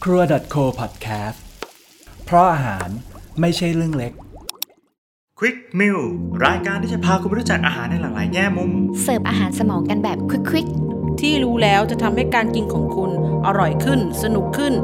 ครัว .co podcast เพราะอาหารไม่ใช่เรื่องเล็ก Quick Meal รายการที่จะพาคุณไปรู้จักอาหารในหลากหลายแง่มุมเสิร์ฟอาหารสมองกันแบบควิกที่รู้แล้วจะทำให้การกินของคุณอร่อยขึ้นสนุกขึ้น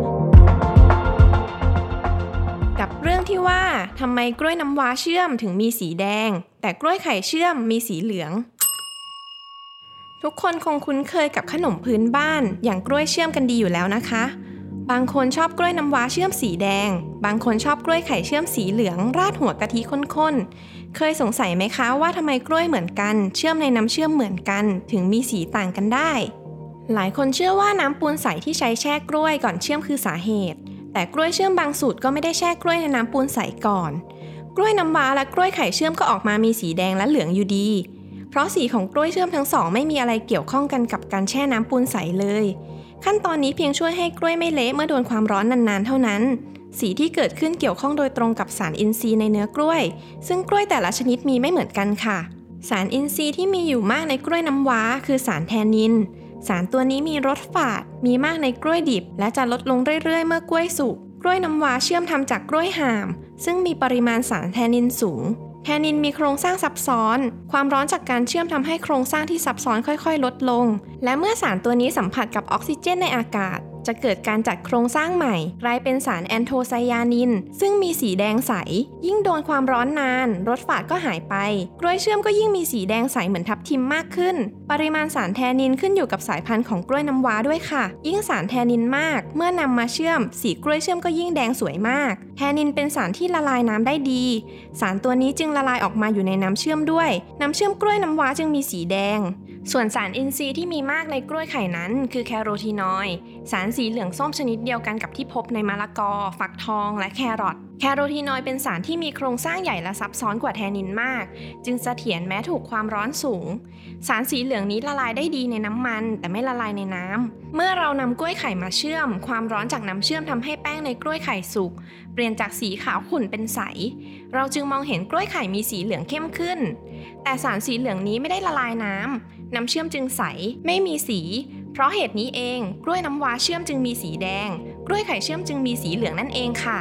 กับเรื่องที่ว่าทำไมกล้วยน้ำว้าเชื่อมถึงมีสีแดงแต่กล้วยไข่เชื่อมมีสีเหลืองทุกคนคงคุ้นเคยกับขนมพื้นบ้านอย่างกล้วยเชื่อมกันดีอยู่แล้วนะคะบางคนชอบกล้วยน้ำว้าเชื่อมสีแดงบางคนชอบกล้วยไข่เชื่อมสีเหลืองราดหัวกะทิข้นๆเคยสงสัยไหมคะว่าทำไมกล้วยเหมือนกันเชื่อมในน้ำเชื่อมเหมือนกันถึงมีสีต่างกันได้หลายคนเชื่อว่าน้ำปูนใสที่ใช้แช่กล้วยก่อนเชื่อมคือสาเหตุแต่กล้วยเชื่อมบางสูตรก็ไม่ได้แช่กล้วยในน้ำปูนใสก่อนกล้วยน้ำว้าและกล้วยไข่เชื่อมก็ออกมามีสีแดงและเหลืองอยู่ดีเพราะสีของกล้วยเชื่อมทั้งสองไม่มีอะไรเกี่ยวข้องกันกับการแช่น้ำปูนใสเลยขั้นตอนนี้เพียงช่วยให้กล้วยไม่เละเมื่อโดนความร้อนนานๆเท่านั้นสีที่เกิดขึ้นเกี่ยวข้องโดยตรงกับสารอินทรีย์ในเนื้อกล้วยซึ่งกล้วยแต่ละชนิดมีไม่เหมือนกันค่ะสารอินทรีย์ที่มีอยู่มากในกล้วยน้ำว้าคือสารแทนนินสารตัวนี้มีรสฝาดมีมากในกล้วยดิบและจะลดลงเรื่อยๆเมื่อกล้วยสุกกล้วยน้ำว้าเชื่อมทำจากกล้วยห่ามซึ่งมีปริมาณสารแทนนินสูงแทนนินมีโครงสร้างซับซ้อนความร้อนจากการเชื่อมทำให้โครงสร้างที่ซับซ้อนค่อยๆลดลงและเมื่อสารตัวนี้สัมผัสกับออกซิเจนในอากาศจะเกิดการจัดโครงสร้างใหม่กลายเป็นสารแอนโทไซยานินซึ่งมีสีแดงใสยิ่งโดนความร้อนนานรสฝาดก็หายไปกล้วยเชื่อมก็ยิ่งมีสีแดงใสเหมือนทับทิมมากขึ้นปริมาณสารแทนนินขึ้นอยู่กับสายพันธุ์ของกล้วยน้ำว้าด้วยค่ะยิ่งสารแทนนินมากเมื่อนำมาเชื่อมสีกล้วยเชื่อมก็ยิ่งแดงสวยมากแทนนินเป็นสารที่ละลายน้ำได้ดีสารตัวนี้จึงละลายออกมาอยู่ในน้ำเชื่อมด้วยน้ำเชื่อมกล้วยน้ำว้าจึงมีสีแดงส่วนสารอินทรีย์ที่มีมากในกล้วยไข่นั้นคือแคโรทีนอยด์สารสีเหลืองส้มชนิดเดียวกันกับที่พบในมะละกอฟักทองและแครอทแคโรทีนอยด์เป็นสารที่มีโครงสร้างใหญ่และซับซ้อนกว่าแทนนินมากจึงเสถียรแม้ถูกความร้อนสูงสารสีเหลืองนี้ละลายได้ดีในน้ำมันแต่ไม่ละลายในน้ำเมื่อเรานำกล้วยไข่มาเชื่อมความร้อนจากน้ำเชื่อมทำให้แป้งในกล้วยไข่สุกเปลี่ยนจากสีขาวขุ่นเป็นใสเราจึงมองเห็นกล้วยไข่มีสีเหลืองเข้มขึ้นแต่สารสีเหลืองนี้ไม่ได้ละลายน้ำเชื่อมจึงใสไม่มีสีเพราะเหตุนี้เองกล้วยน้ำว้าเชื่อมจึงมีสีแดงกล้วยไข่เชื่อมจึงมีสีเหลืองนั่นเองค่ะ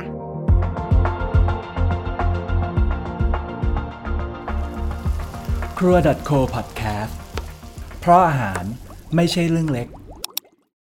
ครัว .co podcast เพราะอาหารไม่ใช่เรื่องเล็ก